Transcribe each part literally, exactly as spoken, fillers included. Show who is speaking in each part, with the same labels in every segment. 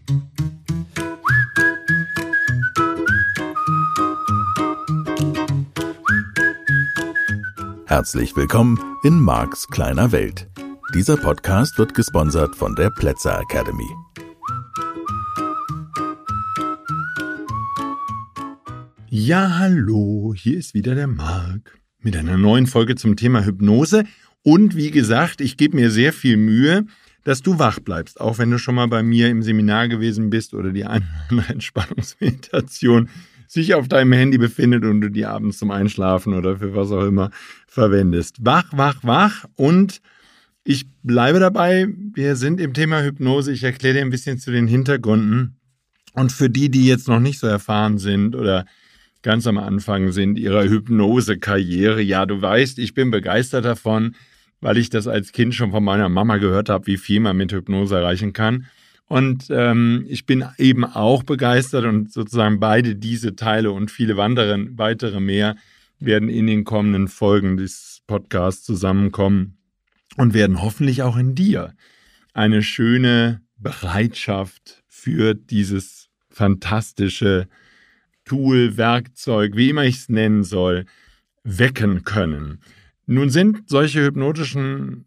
Speaker 1: Herzlich willkommen in Marks kleiner Welt. Dieser Podcast wird gesponsert von der Plätzer Academy.
Speaker 2: Ja, hallo, hier ist wieder der Mark mit einer neuen Folge zum Thema Hypnose. Und wie gesagt, ich gebe mir sehr viel Mühe, dass du wach bleibst, auch wenn du schon mal bei mir im Seminar gewesen bist oder die eine oder andere Entspannungsmeditation sich auf deinem Handy befindet und du die abends zum Einschlafen oder für was auch immer verwendest. Wach, wach, wach und ich bleibe dabei, wir sind im Thema Hypnose. Ich erkläre dir ein bisschen zu den Hintergründen. Und für die, die jetzt noch nicht so erfahren sind oder ganz am Anfang sind ihrer Hypnose-Karriere, ja, du weißt, ich bin begeistert davon, weil ich das als Kind schon von meiner Mama gehört habe, wie viel man mit Hypnose erreichen kann. Und ähm, ich bin eben auch begeistert und sozusagen beide diese Teile und viele weitere, weitere mehr werden in den kommenden Folgen des Podcasts zusammenkommen und werden hoffentlich auch in dir eine schöne Bereitschaft für dieses fantastische Tool, Werkzeug, wie immer ich es nennen soll, wecken können. Nun sind solche hypnotischen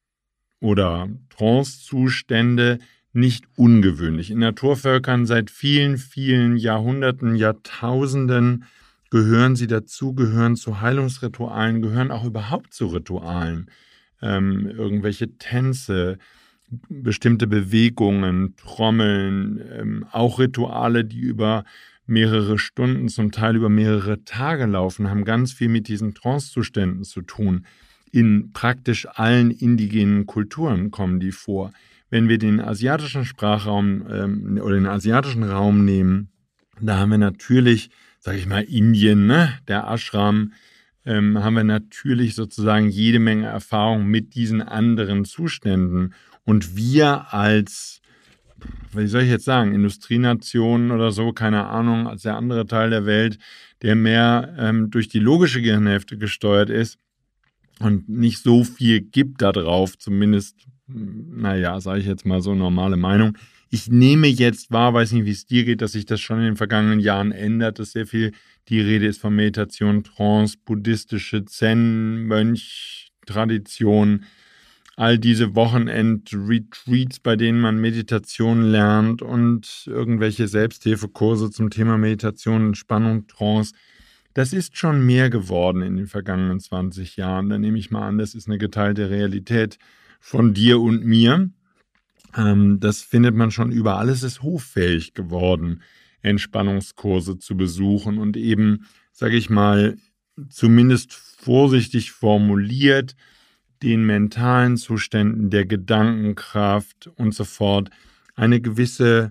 Speaker 2: oder Trance-Zustände nicht ungewöhnlich. In Naturvölkern seit vielen, vielen Jahrhunderten, Jahrtausenden gehören sie dazu, gehören zu Heilungsritualen, gehören auch überhaupt zu Ritualen. Ähm, irgendwelche Tänze, bestimmte Bewegungen, Trommeln, ähm, auch Rituale, die über mehrere Stunden, zum Teil über mehrere Tage laufen, haben ganz viel mit diesen Trancezuständen zu tun. In praktisch allen indigenen Kulturen kommen die vor. Wenn wir den asiatischen Sprachraum ähm, oder den asiatischen Raum nehmen, da haben wir natürlich, sage ich mal, Indien, ne? Der Ashram, ähm, haben wir natürlich sozusagen jede Menge Erfahrung mit diesen anderen Zuständen. Und wir als, wie soll ich jetzt sagen, Industrienationen oder so, keine Ahnung, als der andere Teil der Welt, der mehr ähm, durch die logische Gehirnhälfte gesteuert ist und nicht so viel gibt da drauf, zumindest, naja, sage ich jetzt mal so, normale Meinung. Ich nehme jetzt wahr, weiß nicht, wie es dir geht, dass sich das schon in den vergangenen Jahren ändert, dass sehr viel die Rede ist von Meditation, Trance, buddhistische Zen, Mönch, Tradition, all diese Wochenend-Retreats, bei denen man Meditation lernt und irgendwelche Selbsthilfekurse zum Thema Meditation, Entspannung, Trance. Das ist schon mehr geworden in den vergangenen zwanzig Jahren. Da nehme ich mal an, das ist eine geteilte Realität von dir und mir. Ähm, das findet man schon überall. Es ist hoffähig geworden, Entspannungskurse zu besuchen und eben, sage ich mal, zumindest vorsichtig formuliert, den mentalen Zuständen, der Gedankenkraft und so fort eine gewisse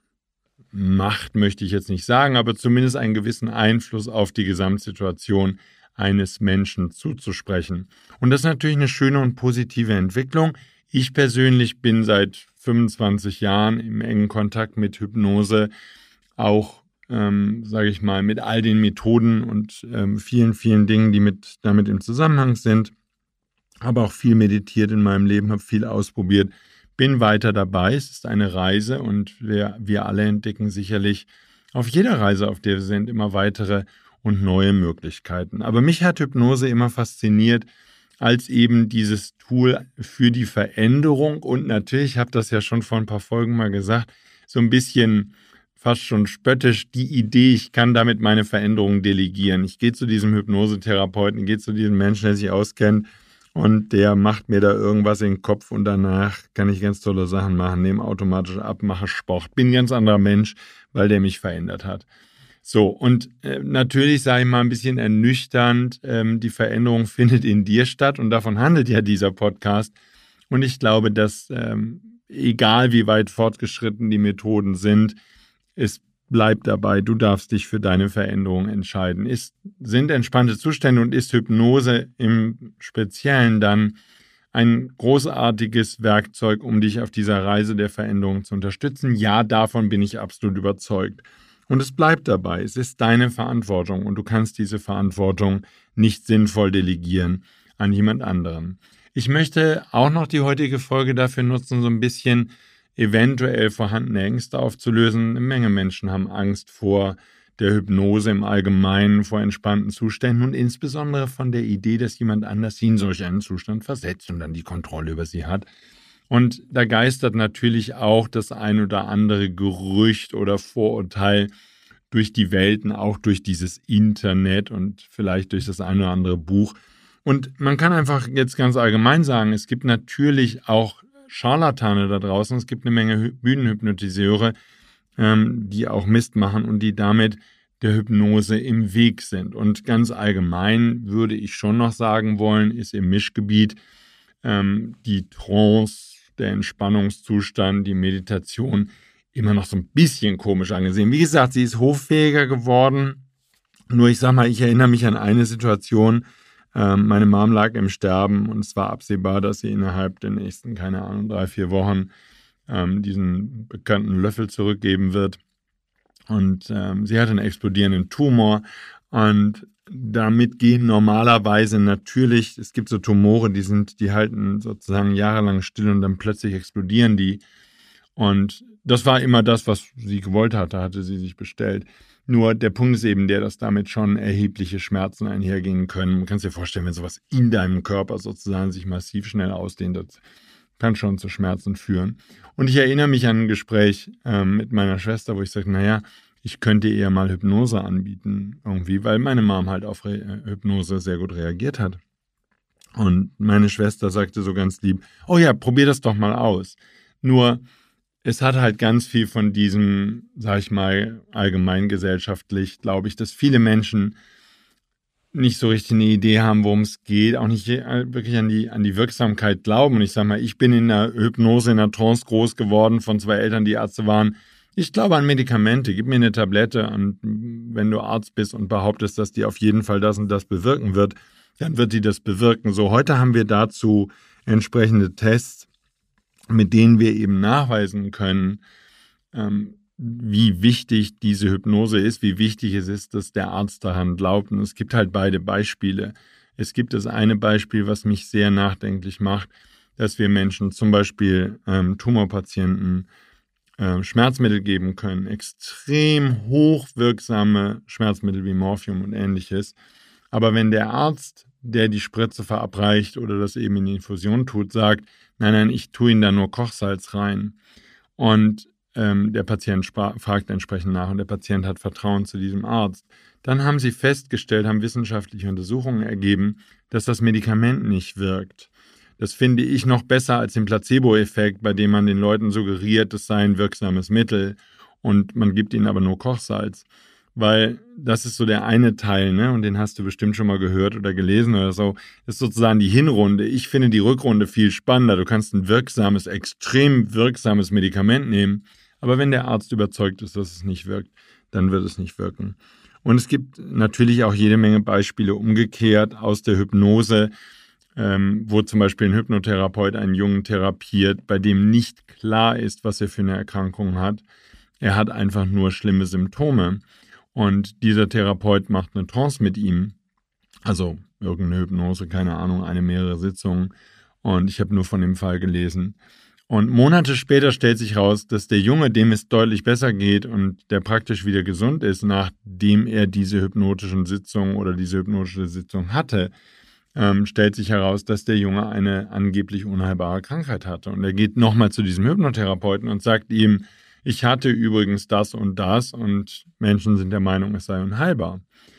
Speaker 2: Macht, möchte ich jetzt nicht sagen, aber zumindest einen gewissen Einfluss auf die Gesamtsituation eines Menschen zuzusprechen. Und das ist natürlich eine schöne und positive Entwicklung. Ich persönlich bin seit fünfundzwanzig Jahren im engen Kontakt mit Hypnose, auch, ähm, sage ich mal, mit all den Methoden und ähm, vielen, vielen Dingen, die mit, damit im Zusammenhang sind. Habe auch viel meditiert in meinem Leben, habe viel ausprobiert, bin weiter dabei. Es ist eine Reise und wir, wir alle entdecken sicherlich auf jeder Reise, auf der wir sind, immer weitere und neue Möglichkeiten. Aber mich hat Hypnose immer fasziniert als eben dieses Tool für die Veränderung und natürlich, ich habe das ja schon vor ein paar Folgen mal gesagt, so ein bisschen fast schon spöttisch die Idee, ich kann damit meine Veränderungen delegieren. Ich gehe zu diesem Hypnosetherapeuten, ich gehe zu diesem Menschen, der sich auskennt, und der macht mir da irgendwas in den Kopf und danach kann ich ganz tolle Sachen machen, nehme automatisch ab, mache Sport. Bin ein ganz anderer Mensch, weil der mich verändert hat. So, und äh, natürlich sage ich mal ein bisschen ernüchternd, ähm, die Veränderung findet in dir statt und davon handelt ja dieser Podcast. Und ich glaube, dass ähm, egal wie weit fortgeschritten die Methoden sind, es bleibt dabei, du darfst dich für deine Veränderung entscheiden. Ist, sind entspannte Zustände und ist Hypnose im Speziellen dann ein großartiges Werkzeug, um dich auf dieser Reise der Veränderung zu unterstützen? Ja, davon bin ich absolut überzeugt. Und es bleibt dabei, es ist deine Verantwortung und du kannst diese Verantwortung nicht sinnvoll delegieren an jemand anderen. Ich möchte auch noch die heutige Folge dafür nutzen, so ein bisschen eventuell vorhandene Ängste aufzulösen. Eine Menge Menschen haben Angst vor der Hypnose im Allgemeinen, vor entspannten Zuständen und insbesondere von der Idee, dass jemand anders sie in solch einen Zustand versetzt und dann die Kontrolle über sie hat. Und da geistert natürlich auch das ein oder andere Gerücht oder Vorurteil durch die Welten, auch durch dieses Internet und vielleicht durch das ein oder andere Buch. Und man kann einfach jetzt ganz allgemein sagen, es gibt natürlich auch Scharlatane da draußen, es gibt eine Menge Bühnenhypnotiseure, ähm, die auch Mist machen und die damit der Hypnose im Weg sind. Und ganz allgemein würde ich schon noch sagen wollen, ist im Mischgebiet ähm, die Trance, der Entspannungszustand, die Meditation immer noch so ein bisschen komisch angesehen. Wie gesagt, sie ist hoffähiger geworden. Nur ich sag mal, ich erinnere mich an eine Situation, ähm, meine Mom lag im Sterben und es war absehbar, dass sie innerhalb der nächsten, keine Ahnung, drei, vier Wochen ähm, diesen bekannten Löffel zurückgeben wird. Und ähm, sie hatte einen explodierenden Tumor und damit gehen normalerweise natürlich, es gibt so Tumore, die sind, die halten sozusagen jahrelang still und dann plötzlich explodieren die. Und das war immer das, was sie gewollt hatte, hatte sie sich bestellt. Nur der Punkt ist eben der, dass damit schon erhebliche Schmerzen einhergehen können. Man kann sich dir vorstellen, wenn sowas in deinem Körper sozusagen sich massiv schnell ausdehnt, das kann schon zu Schmerzen führen. Und ich erinnere mich an ein Gespräch ähm, mit meiner Schwester, wo ich sagte, naja, ich könnte eher mal Hypnose anbieten irgendwie, weil meine Mom halt auf Re- Hypnose sehr gut reagiert hat. Und meine Schwester sagte so ganz lieb, oh ja, probier das doch mal aus. Nur es hat halt ganz viel von diesem, sag ich mal, allgemeingesellschaftlich, glaube ich, dass viele Menschen nicht so richtig eine Idee haben, worum es geht, auch nicht wirklich an die, an die Wirksamkeit glauben. Und ich sage mal, ich bin in der Hypnose, in der Trance groß geworden von zwei Eltern, die Ärzte waren. Ich glaube an Medikamente, gib mir eine Tablette und wenn du Arzt bist und behauptest, dass die auf jeden Fall das und das bewirken wird, dann wird die das bewirken. So, heute haben wir dazu entsprechende Tests, mit denen wir eben nachweisen können, ähm, wie wichtig diese Hypnose ist, wie wichtig es ist, dass der Arzt daran glaubt. Und es gibt halt beide Beispiele. Es gibt das eine Beispiel, was mich sehr nachdenklich macht, dass wir Menschen, zum Beispiel ähm, Tumorpatienten, äh, Schmerzmittel geben können, extrem hochwirksame Schmerzmittel wie Morphium und ähnliches. Aber wenn der Arzt, der die Spritze verabreicht oder das eben in die Infusion tut, sagt, nein, nein, ich tue Ihnen da nur Kochsalz rein und ähm, der Patient spra- fragt entsprechend nach und der Patient hat Vertrauen zu diesem Arzt, dann haben sie festgestellt, haben wissenschaftliche Untersuchungen ergeben, dass das Medikament nicht wirkt. Das finde ich noch besser als den Placebo-Effekt, bei dem man den Leuten suggeriert, das sei ein wirksames Mittel und man gibt ihnen aber nur Kochsalz. Weil das ist so der eine Teil, ne? Und den hast du bestimmt schon mal gehört oder gelesen oder so. Das ist sozusagen die Hinrunde. Ich finde die Rückrunde viel spannender. Du kannst ein wirksames, extrem wirksames Medikament nehmen, aber wenn der Arzt überzeugt ist, dass es nicht wirkt, dann wird es nicht wirken. Und es gibt natürlich auch jede Menge Beispiele umgekehrt aus der Hypnose, ähm, wo zum Beispiel ein Hypnotherapeut einen Jungen therapiert, bei dem nicht klar ist, was er für eine Erkrankung hat. Er hat einfach nur schlimme Symptome. Und dieser Therapeut macht eine Trance mit ihm, also irgendeine Hypnose, keine Ahnung, eine, mehrere Sitzungen. Und ich habe nur von dem Fall gelesen. Und Monate später stellt sich raus, dass der Junge, dem es deutlich besser geht und der praktisch wieder gesund ist, nachdem er diese hypnotischen Sitzungen oder diese hypnotische Sitzung hatte, ähm, stellt sich heraus, dass der Junge eine angeblich unheilbare Krankheit hatte. Und er geht nochmal zu diesem Hypnotherapeuten und sagt ihm, ich hatte übrigens das und das und Menschen sind der Meinung, es sei unheilbar.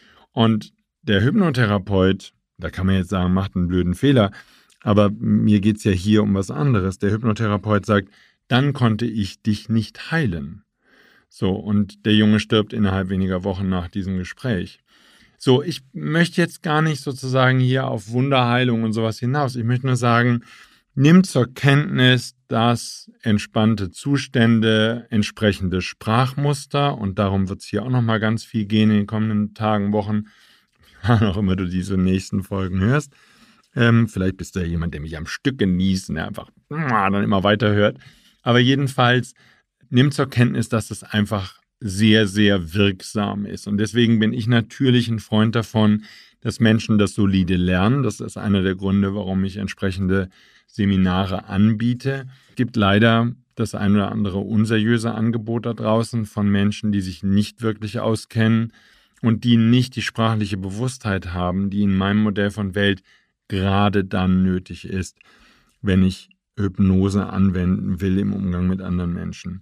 Speaker 2: Und der Hypnotherapeut, da kann man jetzt sagen, macht einen blöden Fehler, aber mir geht es ja hier um was anderes. Der Hypnotherapeut sagt, dann konnte ich dich nicht heilen. So, und der Junge stirbt innerhalb weniger Wochen nach diesem Gespräch. So, ich möchte jetzt gar nicht sozusagen hier auf Wunderheilung und sowas hinaus. Ich möchte nur sagen, nimm zur Kenntnis, dass entspannte Zustände, entsprechende Sprachmuster, und darum wird es hier auch nochmal ganz viel gehen in den kommenden Tagen, Wochen, wann auch immer du diese nächsten Folgen hörst. Ähm, vielleicht bist du ja jemand, der mich am Stück genießt und der einfach dann immer weiterhört. Aber jedenfalls nimm zur Kenntnis, dass es einfach sehr, sehr wirksam ist. Und deswegen bin ich natürlich ein Freund davon, dass Menschen das solide lernen. Das ist einer der Gründe, warum ich entsprechende Seminare anbiete. Es gibt leider das ein oder andere unseriöse Angebot da draußen von Menschen, die sich nicht wirklich auskennen und die nicht die sprachliche Bewusstheit haben, die in meinem Modell von Welt gerade dann nötig ist, wenn ich Hypnose anwenden will im Umgang mit anderen Menschen.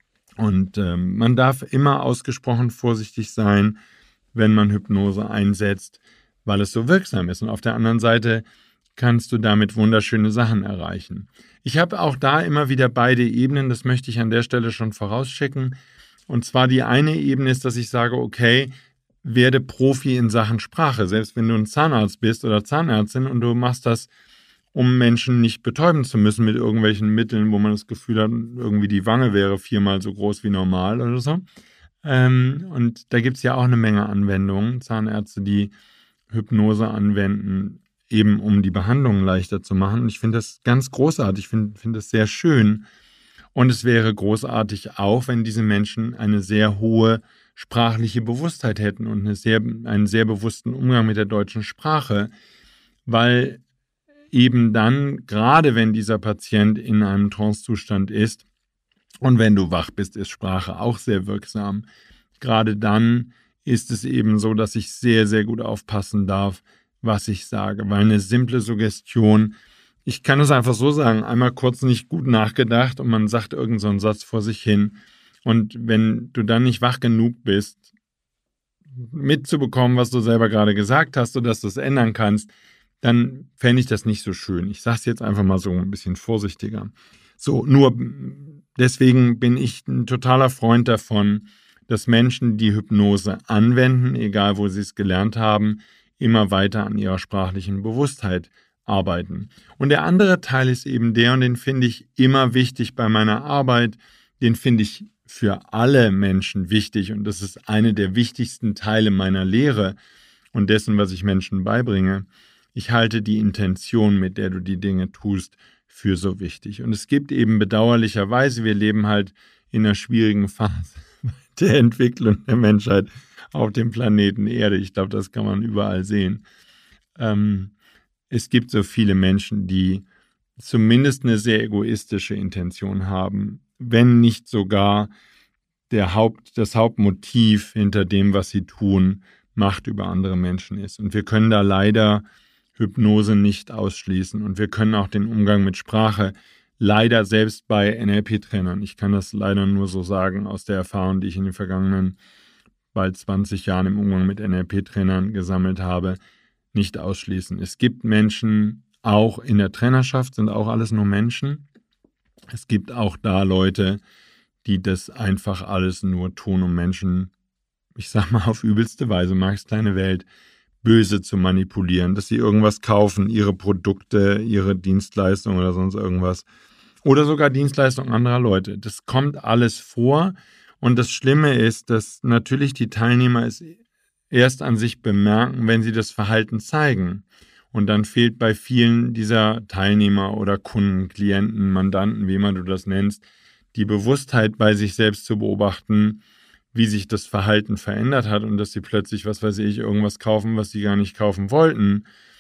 Speaker 2: Und äh, man darf immer ausgesprochen vorsichtig sein, wenn man Hypnose einsetzt, weil es so wirksam ist. Und auf der anderen Seite kannst du damit wunderschöne Sachen erreichen. Ich habe auch da immer wieder beide Ebenen, das möchte ich an der Stelle schon vorausschicken. Und zwar die eine Ebene ist, dass ich sage, okay, werde Profi in Sachen Sprache. Selbst wenn du ein Zahnarzt bist oder Zahnärztin und du machst das, um Menschen nicht betäuben zu müssen mit irgendwelchen Mitteln, wo man das Gefühl hat, irgendwie die Wange wäre viermal so groß wie normal oder so. Ähm, und da gibt es ja auch eine Menge Anwendungen. Zahnärzte, die Hypnose anwenden, eben um die Behandlung leichter zu machen. Und ich finde das ganz großartig, ich finde find das sehr schön. Und es wäre großartig auch, wenn diese Menschen eine sehr hohe sprachliche Bewusstheit hätten und eine sehr, einen sehr bewussten Umgang mit der deutschen Sprache, weil eben dann, gerade wenn dieser Patient in einem Trancezustand ist und wenn du wach bist, ist Sprache auch sehr wirksam. Gerade dann ist es eben so, dass ich sehr, sehr gut aufpassen darf, was ich sage, weil eine simple Suggestion, ich kann es einfach so sagen, einmal kurz nicht gut nachgedacht und man sagt irgend so einen Satz vor sich hin und wenn du dann nicht wach genug bist, mitzubekommen, was du selber gerade gesagt hast, sodass du es ändern kannst, dann fände ich das nicht so schön. Ich sage es jetzt einfach mal so ein bisschen vorsichtiger. So, nur deswegen bin ich ein totaler Freund davon, dass Menschen, die Hypnose anwenden, egal wo sie es gelernt haben, immer weiter an ihrer sprachlichen Bewusstheit arbeiten. Und der andere Teil ist eben der, und den finde ich immer wichtig bei meiner Arbeit, den finde ich für alle Menschen wichtig und das ist eine der wichtigsten Teile meiner Lehre und dessen, was ich Menschen beibringe. Ich halte die Intention, mit der du die Dinge tust, für so wichtig. Und es gibt eben bedauerlicherweise, wir leben halt in einer schwierigen Phase der Entwicklung der Menschheit auf dem Planeten Erde. Ich glaube, das kann man überall sehen. Ähm, es gibt so viele Menschen, die zumindest eine sehr egoistische Intention haben, wenn nicht sogar der Haupt, das Hauptmotiv hinter dem, was sie tun, Macht über andere Menschen ist. Und wir können da leider Hypnose nicht ausschließen. Und wir können auch den Umgang mit Sprache leider selbst bei N L P-Trainern, ich kann das leider nur so sagen aus der Erfahrung, die ich in den vergangenen bald zwanzig Jahren im Umgang mit N L P-Trainern gesammelt habe, nicht ausschließen. Es gibt Menschen, auch in der Trainerschaft sind auch alles nur Menschen. Es gibt auch da Leute, die das einfach alles nur tun, um Menschen, ich sag mal auf übelste Weise, Marx kleine Welt, böse zu manipulieren, dass sie irgendwas kaufen, ihre Produkte, ihre Dienstleistungen oder sonst irgendwas. Oder sogar Dienstleistungen anderer Leute. Das kommt alles vor. Und das Schlimme ist, dass natürlich die Teilnehmer es erst an sich bemerken, wenn sie das Verhalten zeigen. Und dann fehlt bei vielen dieser Teilnehmer oder Kunden, Klienten, Mandanten, wie immer du das nennst, die Bewusstheit bei sich selbst zu beobachten, wie sich das Verhalten verändert hat und dass sie plötzlich, was weiß ich, irgendwas kaufen, was sie gar nicht kaufen wollten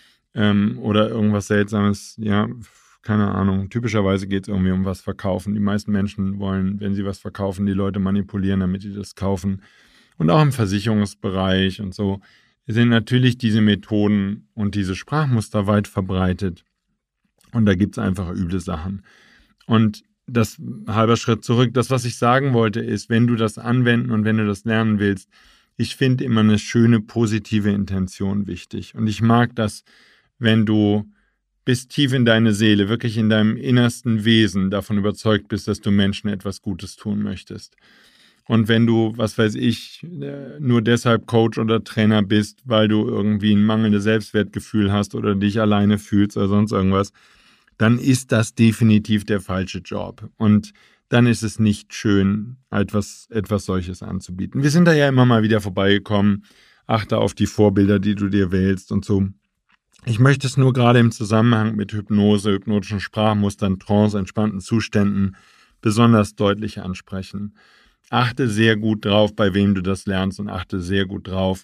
Speaker 2: ähm, oder irgendwas Seltsames, ja, keine Ahnung. Typischerweise geht es irgendwie um was verkaufen. Die meisten Menschen wollen, wenn sie was verkaufen, die Leute manipulieren, damit sie das kaufen. Und auch im Versicherungsbereich und so sind natürlich diese Methoden und diese Sprachmuster weit verbreitet. Und da gibt es einfach üble Sachen. Und das halber Schritt zurück. Das, was ich sagen wollte, ist, wenn du das anwenden und wenn du das lernen willst, ich finde immer eine schöne, positive Intention wichtig. Und ich mag das, wenn du bis tief in deine Seele, wirklich in deinem innersten Wesen davon überzeugt bist, dass du Menschen etwas Gutes tun möchtest. Und wenn du, was weiß ich, nur deshalb Coach oder Trainer bist, weil du irgendwie ein mangelndes Selbstwertgefühl hast oder dich alleine fühlst oder sonst irgendwas, dann ist das definitiv der falsche Job. Und dann ist es nicht schön, etwas, etwas solches anzubieten. Wir sind da ja immer mal wieder vorbeigekommen. Achte auf die Vorbilder, die du dir wählst und so. Ich möchte es nur gerade im Zusammenhang mit Hypnose, hypnotischen Sprachmustern, Trance, entspannten Zuständen besonders deutlich ansprechen. Achte sehr gut drauf, bei wem du das lernst und achte sehr gut drauf,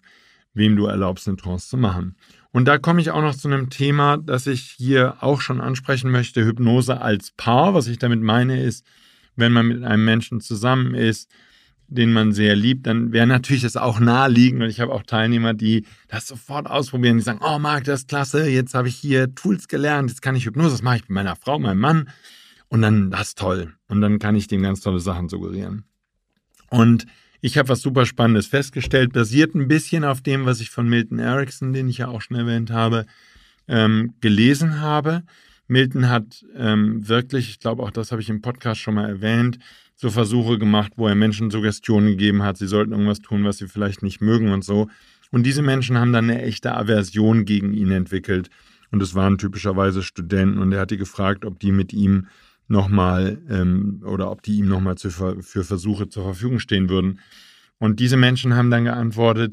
Speaker 2: wem du erlaubst, eine Trance zu machen. Und da komme ich auch noch zu einem Thema, das ich hier auch schon ansprechen möchte, Hypnose als Paar. Was ich damit meine ist, wenn man mit einem Menschen zusammen ist, den man sehr liebt, dann wäre natürlich das auch naheliegend. Und ich habe auch Teilnehmer, die das sofort ausprobieren, die sagen, oh Marc, das ist klasse, jetzt habe ich hier Tools gelernt, jetzt kann ich Hypnose, das mache ich mit meiner Frau, meinem Mann. Und dann, das ist toll. Und dann kann ich dem ganz tolle Sachen suggerieren. Und ich habe was super Spannendes festgestellt, basiert ein bisschen auf dem, was ich von Milton Erickson, den ich ja auch schon erwähnt habe, ähm, gelesen habe. Milton hat ähm, wirklich, ich glaube auch das habe ich im Podcast schon mal erwähnt, so Versuche gemacht, wo er Menschen Suggestionen gegeben hat, sie sollten irgendwas tun, was sie vielleicht nicht mögen und so. Und diese Menschen haben dann eine echte Aversion gegen ihn entwickelt. Und es waren typischerweise Studenten und er hat die gefragt, ob die mit ihm nochmal ähm, oder ob die ihm nochmal für, für Versuche zur Verfügung stehen würden. Und diese Menschen haben dann geantwortet,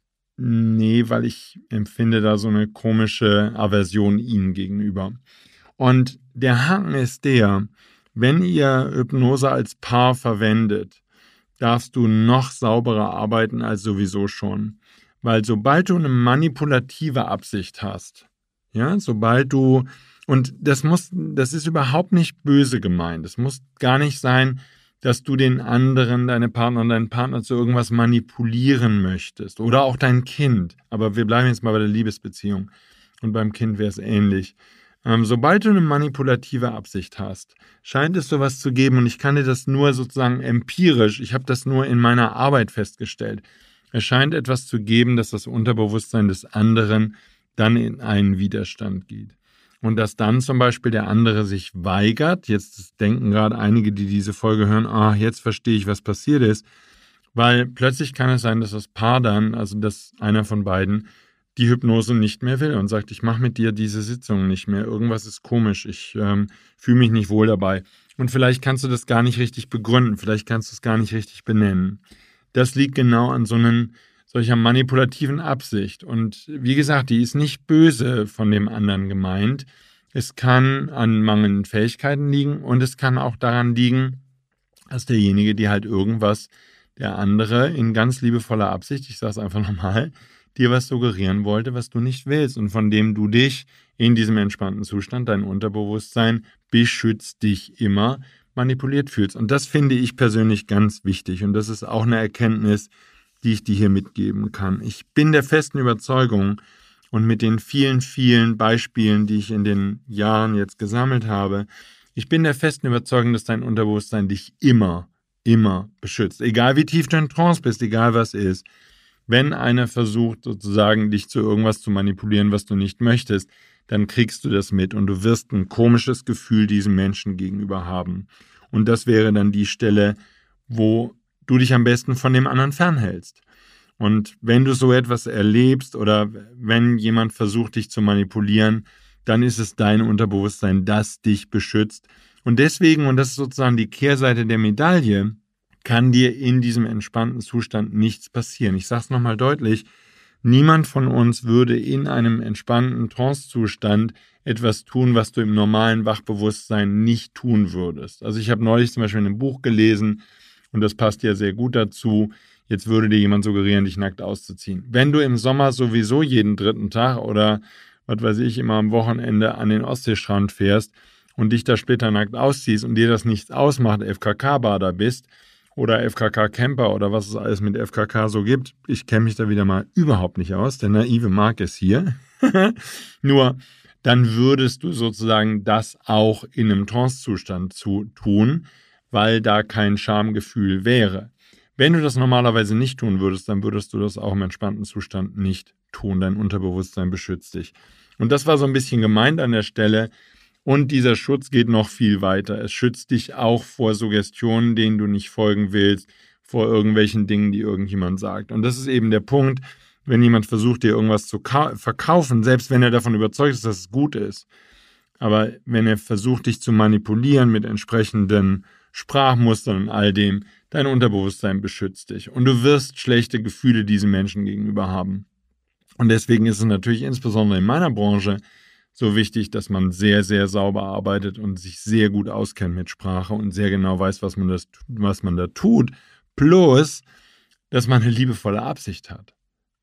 Speaker 2: nee, weil ich empfinde da so eine komische Aversion ihnen gegenüber. Und der Haken ist der, wenn ihr Hypnose als Paar verwendet, darfst du noch sauberer arbeiten als sowieso schon. Weil sobald du eine manipulative Absicht hast, ja, sobald du, und das muss, das ist überhaupt nicht böse gemeint. Es muss gar nicht sein, dass du den anderen, deine Partner und deinen Partner zu irgendwas manipulieren möchtest. Oder auch dein Kind. Aber wir bleiben jetzt mal bei der Liebesbeziehung. Und beim Kind wäre es ähnlich. Ähm, sobald du eine manipulative Absicht hast, scheint es sowas zu geben. Und ich kann dir das nur sozusagen empirisch, ich habe das nur in meiner Arbeit festgestellt. Es scheint etwas zu geben, dass das Unterbewusstsein des anderen dann in einen Widerstand geht. Und dass dann zum Beispiel der andere sich weigert, jetzt denken gerade einige, die diese Folge hören, ah, jetzt verstehe ich, was passiert ist, weil plötzlich kann es sein, dass das Paar dann, also dass einer von beiden, die Hypnose nicht mehr will und sagt, ich mache mit dir diese Sitzung nicht mehr, irgendwas ist komisch, ich ähm, fühle mich nicht wohl dabei. Und vielleicht kannst du das gar nicht richtig begründen, vielleicht kannst du es gar nicht richtig benennen. Das liegt genau an so einem solcher manipulativen Absicht. Und wie gesagt, die ist nicht böse von dem anderen gemeint. Es kann an mangelnden Fähigkeiten liegen und es kann auch daran liegen, dass derjenige, die halt irgendwas, der andere in ganz liebevoller Absicht, ich sage es einfach nochmal, dir was suggerieren wollte, was du nicht willst und von dem du dich in diesem entspannten Zustand, dein Unterbewusstsein beschützt dich immer, manipuliert fühlst. Und das finde ich persönlich ganz wichtig und das ist auch eine Erkenntnis, die ich dir hier mitgeben kann. Ich bin der festen Überzeugung und mit den vielen, vielen Beispielen, die ich in den Jahren jetzt gesammelt habe, ich bin der festen Überzeugung, dass dein Unterbewusstsein dich immer, immer beschützt. Egal wie tief du in Trance bist, egal was ist. Wenn einer versucht, sozusagen dich zu irgendwas zu manipulieren, was du nicht möchtest, dann kriegst du das mit und du wirst ein komisches Gefühl diesem Menschen gegenüber haben. Und das wäre dann die Stelle, wo du dich am besten von dem anderen fernhältst. Und wenn du so etwas erlebst oder wenn jemand versucht, dich zu manipulieren, dann ist es dein Unterbewusstsein, das dich beschützt. Und deswegen, und das ist sozusagen die Kehrseite der Medaille, kann dir in diesem entspannten Zustand nichts passieren. Ich sage es nochmal deutlich, niemand von uns würde in einem entspannten Trance-Zustand etwas tun, was du im normalen Wachbewusstsein nicht tun würdest. Also ich habe neulich zum Beispiel in einem Buch gelesen, und das passt ja sehr gut dazu, jetzt würde dir jemand suggerieren, dich nackt auszuziehen. Wenn du im Sommer sowieso jeden dritten Tag oder, was weiß ich, immer am Wochenende an den Ostseestrand fährst und dich da splitternackt ausziehst und dir das nichts ausmacht, F K K-Bader bist oder F K K-Camper oder was es alles mit F K K so gibt, ich kenne mich da wieder mal überhaupt nicht aus, der naive Marc ist hier, nur dann würdest du sozusagen das auch in einem Trance-Zustand zu tun, weil da kein Schamgefühl wäre. Wenn du das normalerweise nicht tun würdest, dann würdest du das auch im entspannten Zustand nicht tun. Dein Unterbewusstsein beschützt dich. Und das war so ein bisschen gemeint an der Stelle. Und dieser Schutz geht noch viel weiter. Es schützt dich auch vor Suggestionen, denen du nicht folgen willst, vor irgendwelchen Dingen, die irgendjemand sagt. Und das ist eben der Punkt, wenn jemand versucht, dir irgendwas zu verkaufen, selbst wenn er davon überzeugt ist, dass es gut ist. Aber wenn er versucht, dich zu manipulieren mit entsprechenden Sprachmustern und all dem, dein Unterbewusstsein beschützt dich. Und du wirst schlechte Gefühle diesen Menschen gegenüber haben. Und deswegen ist es natürlich insbesondere in meiner Branche so wichtig, dass man sehr, sehr sauber arbeitet und sich sehr gut auskennt mit Sprache und sehr genau weiß, was man, das, was man da tut. Plus, dass man eine liebevolle Absicht hat.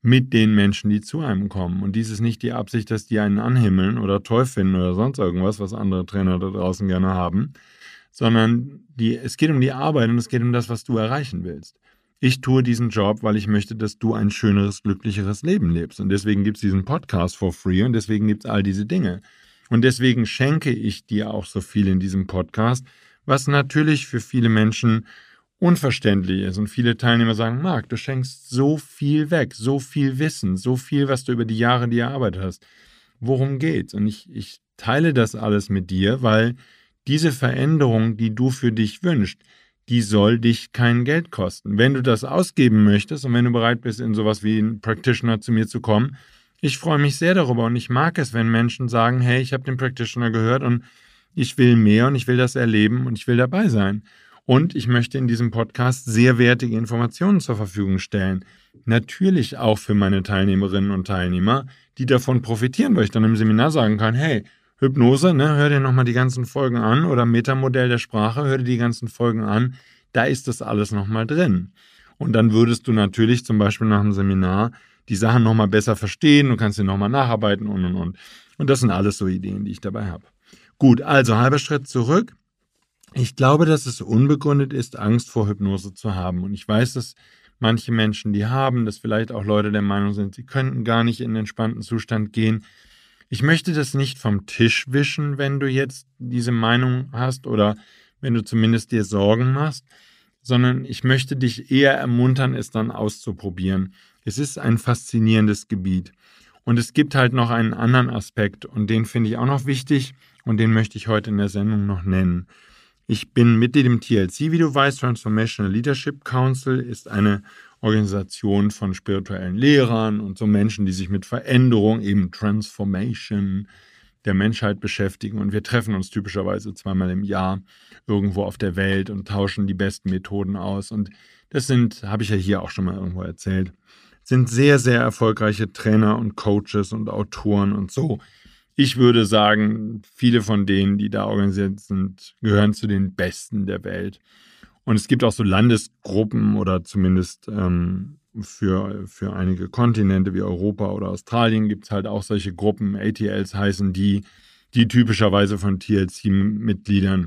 Speaker 2: mit den Menschen, die zu einem kommen. Und dies ist nicht die Absicht, dass die einen anhimmeln oder toll finden oder sonst irgendwas, was andere Trainer da draußen gerne haben, sondern die, es geht um die Arbeit und es geht um das, was du erreichen willst. Ich tue diesen Job, weil ich möchte, dass du ein schöneres, glücklicheres Leben lebst. Und deswegen gibt es diesen Podcast for free und deswegen gibt es all diese Dinge. Und deswegen schenke ich dir auch so viel in diesem Podcast, was natürlich für viele Menschen unverständlich ist. Und viele Teilnehmer sagen, Marc, du schenkst so viel weg, so viel Wissen, so viel, was du über die Jahre dir erarbeitet hast. Worum geht's? Und ich, ich teile das alles mit dir, weil diese Veränderung, die du für dich wünschst, die soll dich kein Geld kosten. Wenn du das ausgeben möchtest und wenn du bereit bist, in sowas wie ein Practitioner zu mir zu kommen, ich freue mich sehr darüber und ich mag es, wenn Menschen sagen, hey, ich habe den Practitioner gehört und ich will mehr und ich will das erleben und ich will dabei sein. Und ich möchte in diesem Podcast sehr wertige Informationen zur Verfügung stellen. Natürlich auch für meine Teilnehmerinnen und Teilnehmer, die davon profitieren, weil ich dann im Seminar sagen kann, hey, Hypnose, ne, hör dir nochmal die ganzen Folgen an oder Metamodell der Sprache, hör dir die ganzen Folgen an, da ist das alles nochmal drin. Und dann würdest du natürlich zum Beispiel nach dem Seminar die Sachen nochmal besser verstehen, du kannst sie nochmal nacharbeiten und und und. Und das sind alles so Ideen, die ich dabei habe. Gut, also halber Schritt zurück. Ich glaube, dass es unbegründet ist, Angst vor Hypnose zu haben. Und ich weiß, dass manche Menschen die haben, dass vielleicht auch Leute der Meinung sind, sie könnten gar nicht in einen entspannten Zustand gehen. Ich möchte das nicht vom Tisch wischen, wenn du jetzt diese Meinung hast oder wenn du zumindest dir Sorgen machst, sondern ich möchte dich eher ermuntern, es dann auszuprobieren. Es ist ein faszinierendes Gebiet. Und es gibt halt noch einen anderen Aspekt und den finde ich auch noch wichtig und den möchte ich heute in der Sendung noch nennen. Ich bin Mitglied im T L C, wie du weißt. Transformational Leadership Council ist eine Organisation von spirituellen Lehrern und so Menschen, die sich mit Veränderung, eben Transformation der Menschheit beschäftigen. Und wir treffen uns typischerweise zweimal im Jahr irgendwo auf der Welt und tauschen die besten Methoden aus. Und das sind, habe ich ja hier auch schon mal irgendwo erzählt, sind sehr, sehr erfolgreiche Trainer und Coaches und Autoren und so. Ich würde sagen, viele von denen, die da organisiert sind, gehören zu den Besten der Welt. Und es gibt auch so Landesgruppen oder zumindest ähm, für, für einige Kontinente wie Europa oder Australien gibt es halt auch solche Gruppen. A T Ls heißen die, die typischerweise von T L C-Mitgliedern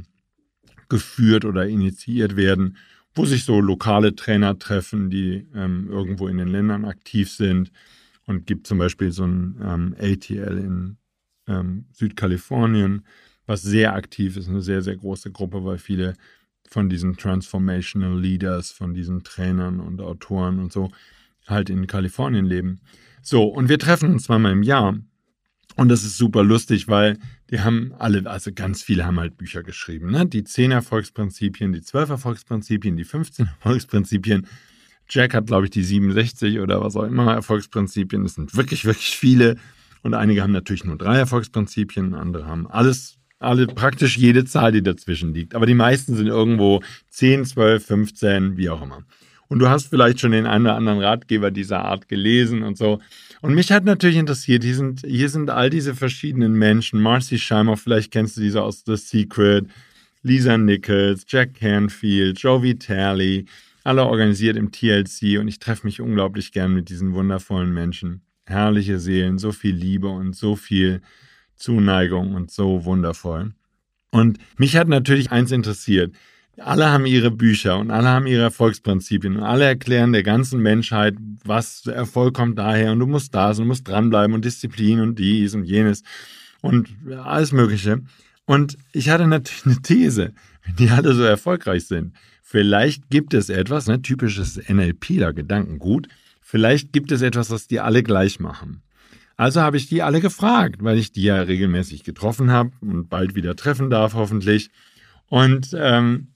Speaker 2: geführt oder initiiert werden, wo sich so lokale Trainer treffen, die ähm, irgendwo in den Ländern aktiv sind. Und gibt zum Beispiel so ein ähm, A T L in ähm, Südkalifornien, was sehr aktiv ist, eine sehr, sehr große Gruppe, weil viele von diesen Transformational Leaders, von diesen Trainern und Autoren und so halt in Kalifornien leben. So, und wir treffen uns zweimal im Jahr. Und das ist super lustig, weil die haben alle, also ganz viele haben halt Bücher geschrieben, ne? Die zehn Erfolgsprinzipien, die zwölf Erfolgsprinzipien, die fünfzehn Erfolgsprinzipien. Jack hat, glaube ich, die siebenundsechzig oder was auch immer Erfolgsprinzipien. Das sind wirklich, wirklich viele. Und einige haben natürlich nur drei Erfolgsprinzipien, andere haben alles, alle, praktisch jede Zahl, die dazwischen liegt. Aber die meisten sind irgendwo zehn, zwölf, fünfzehn, wie auch immer. Und du hast vielleicht schon den einen oder anderen Ratgeber dieser Art gelesen und so. Und mich hat natürlich interessiert, hier sind, hier sind all diese verschiedenen Menschen. Marcy Shimoff, vielleicht kennst du diese aus The Secret, Lisa Nichols, Jack Canfield, Joe Vitale, alle organisiert im T L C. Und ich treffe mich unglaublich gern mit diesen wundervollen Menschen. Herrliche Seelen, so viel Liebe und so viel Zuneigung und so wundervoll. Und mich hat natürlich eins interessiert. Alle haben ihre Bücher und alle haben ihre Erfolgsprinzipien und alle erklären der ganzen Menschheit, was Erfolg kommt daher und du musst das und du musst dranbleiben und Disziplin und dies und jenes und alles Mögliche. Und ich hatte natürlich eine These, wenn die alle so erfolgreich sind, vielleicht gibt es etwas, ne, typisches N L P-Gedankengut, vielleicht gibt es etwas, was die alle gleich machen. Also habe ich die alle gefragt, weil ich die ja regelmäßig getroffen habe und bald wieder treffen darf, hoffentlich. Und ähm,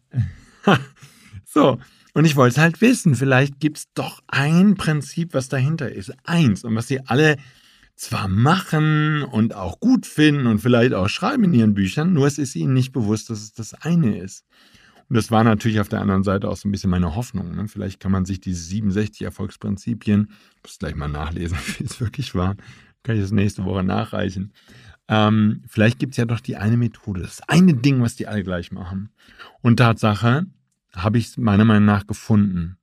Speaker 2: so, und ich wollte es halt wissen, vielleicht gibt es doch ein Prinzip, was dahinter ist. Eins, und was sie alle zwar machen und auch gut finden und vielleicht auch schreiben in ihren Büchern, nur es ist ihnen nicht bewusst, dass es das eine ist. Und das war natürlich auf der anderen Seite auch so ein bisschen meine Hoffnung. Ne? Vielleicht kann man sich diese siebenundsechzig Erfolgsprinzipien, ich muss gleich mal nachlesen, wie es wirklich war, kann ich das nächste Woche nachreichen. Ähm, vielleicht gibt es ja doch die eine Methode, das eine Ding, was die alle gleich machen. Und Tatsache habe ich es meiner Meinung nach gefunden.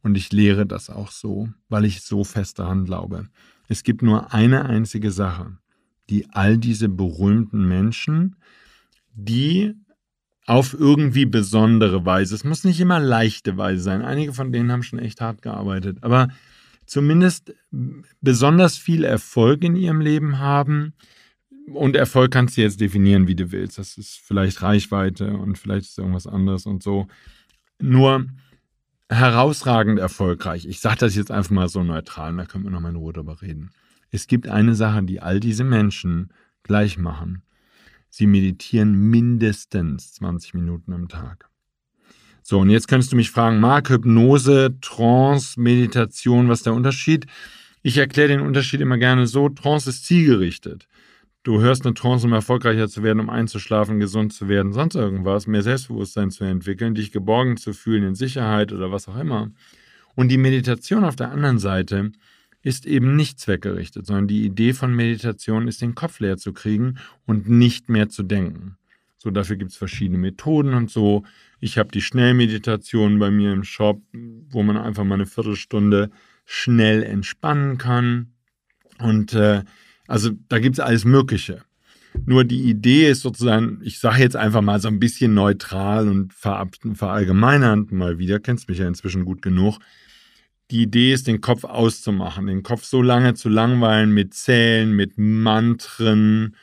Speaker 2: Und ich lehre das auch so, weil ich so fest daran glaube. Es gibt nur eine einzige Sache, die all diese berühmten Menschen, die auf irgendwie besondere Weise, es muss nicht immer leichte Weise sein, einige von denen haben schon echt hart gearbeitet, aber zumindest besonders viel Erfolg in ihrem Leben haben. Und Erfolg kannst du jetzt definieren, wie du willst. Das ist vielleicht Reichweite und vielleicht ist es irgendwas anderes und so. Nur herausragend erfolgreich. Ich sage das jetzt einfach mal so neutral, da können wir nochmal in Ruhe drüber reden. Es gibt eine Sache, die all diese Menschen gleich machen. Sie meditieren mindestens zwanzig Minuten am Tag. So, und jetzt könntest du mich fragen, Marc, Hypnose, Trance, Meditation, was ist der Unterschied? Ich erkläre den Unterschied immer gerne so, Trance ist zielgerichtet. Du hörst eine Trance, um erfolgreicher zu werden, um einzuschlafen, gesund zu werden, sonst irgendwas, mehr Selbstbewusstsein zu entwickeln, dich geborgen zu fühlen, in Sicherheit oder was auch immer. Und die Meditation auf der anderen Seite ist eben nicht zweckgerichtet, sondern die Idee von Meditation ist, den Kopf leer zu kriegen und nicht mehr zu denken. So, dafür gibt es verschiedene Methoden und so. Ich habe die Schnellmeditation bei mir im Shop, wo man einfach mal eine Viertelstunde schnell entspannen kann. Und äh, also da gibt es alles Mögliche. Nur die Idee ist sozusagen, ich sage jetzt einfach mal so ein bisschen neutral und verallgemeinernd mal wieder, kennst mich ja inzwischen gut genug. Die Idee ist, den Kopf auszumachen, den Kopf so lange zu langweilen mit Zählen, mit Mantren,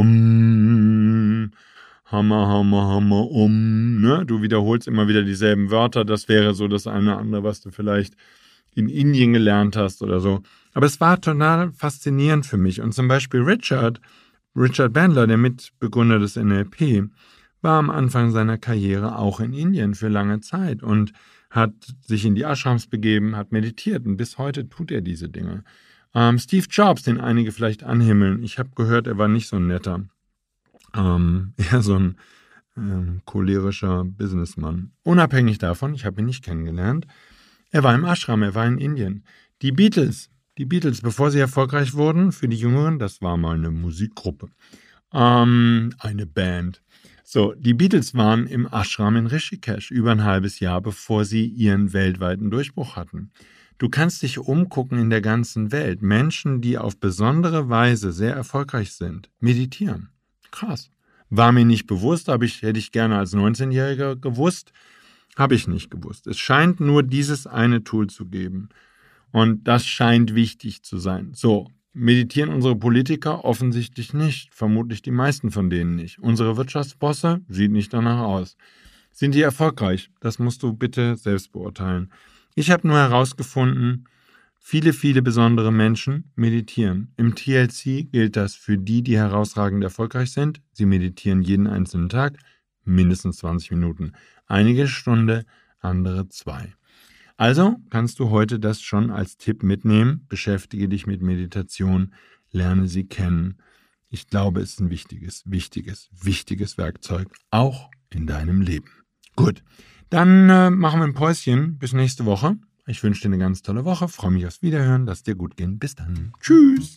Speaker 2: um, Hammer, Hammer, Hammer, um. Ne? Du wiederholst immer wieder dieselben Wörter. Das wäre so das eine oder andere, was du vielleicht in Indien gelernt hast oder so. Aber es war total faszinierend für mich. Und zum Beispiel Richard, Richard Bandler, der Mitbegründer des N L P, war am Anfang seiner Karriere auch in Indien für lange Zeit und hat sich in die Ashrams begeben, hat meditiert und bis heute tut er diese Dinge. Ähm, Steve Jobs, den einige vielleicht anhimmeln, ich habe gehört, er war nicht so ein netter, ähm, eher so ein ähm, cholerischer Businessman. Unabhängig davon, ich habe ihn nicht kennengelernt, er war im Ashram, er war in Indien. Die Beatles, die Beatles, bevor sie erfolgreich wurden, für die Jüngeren, das war mal eine Musikgruppe, ähm, eine Band. So, die Beatles waren im Ashram in Rishikesh über ein halbes Jahr, bevor sie ihren weltweiten Durchbruch hatten. Du kannst dich umgucken in der ganzen Welt. Menschen, die auf besondere Weise sehr erfolgreich sind, meditieren. Krass. War mir nicht bewusst, aber ich, hätte ich gerne als neunzehnjähriger gewusst, habe ich nicht gewusst. Es scheint nur dieses eine Tool zu geben. Und das scheint wichtig zu sein. So. Meditieren unsere Politiker? Offensichtlich nicht. Vermutlich die meisten von denen nicht. Unsere Wirtschaftsbosse? Sieht nicht danach aus. Sind die erfolgreich? Das musst du bitte selbst beurteilen. Ich habe nur herausgefunden, viele, viele besondere Menschen meditieren. Im T L C gilt das für die, die herausragend erfolgreich sind. Sie meditieren jeden einzelnen Tag, mindestens zwanzig Minuten. Einige Stunde, andere zwei. Also kannst du heute das schon als Tipp mitnehmen. Beschäftige dich mit Meditation, lerne sie kennen. Ich glaube, es ist ein wichtiges, wichtiges, wichtiges Werkzeug, auch in deinem Leben. Gut, dann äh, machen wir ein Päuschen. Bis nächste Woche. Ich wünsche dir eine ganz tolle Woche. Freue mich aufs Wiederhören. Lass dir gut gehen. Bis dann. Tschüss.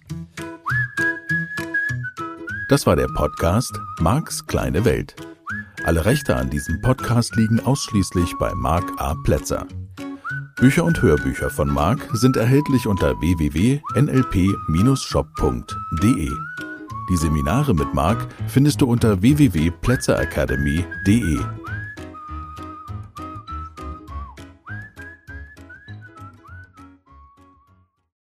Speaker 1: Das war der Podcast Marcs kleine Welt. Alle Rechte an diesem Podcast liegen ausschließlich bei Marc A. Plätzer. Bücher und Hörbücher von Marc sind erhältlich unter w w w punkt n l p dash shop punkt d e. Die Seminare mit Marc findest du unter w w w punkt plätzer academy punkt d e.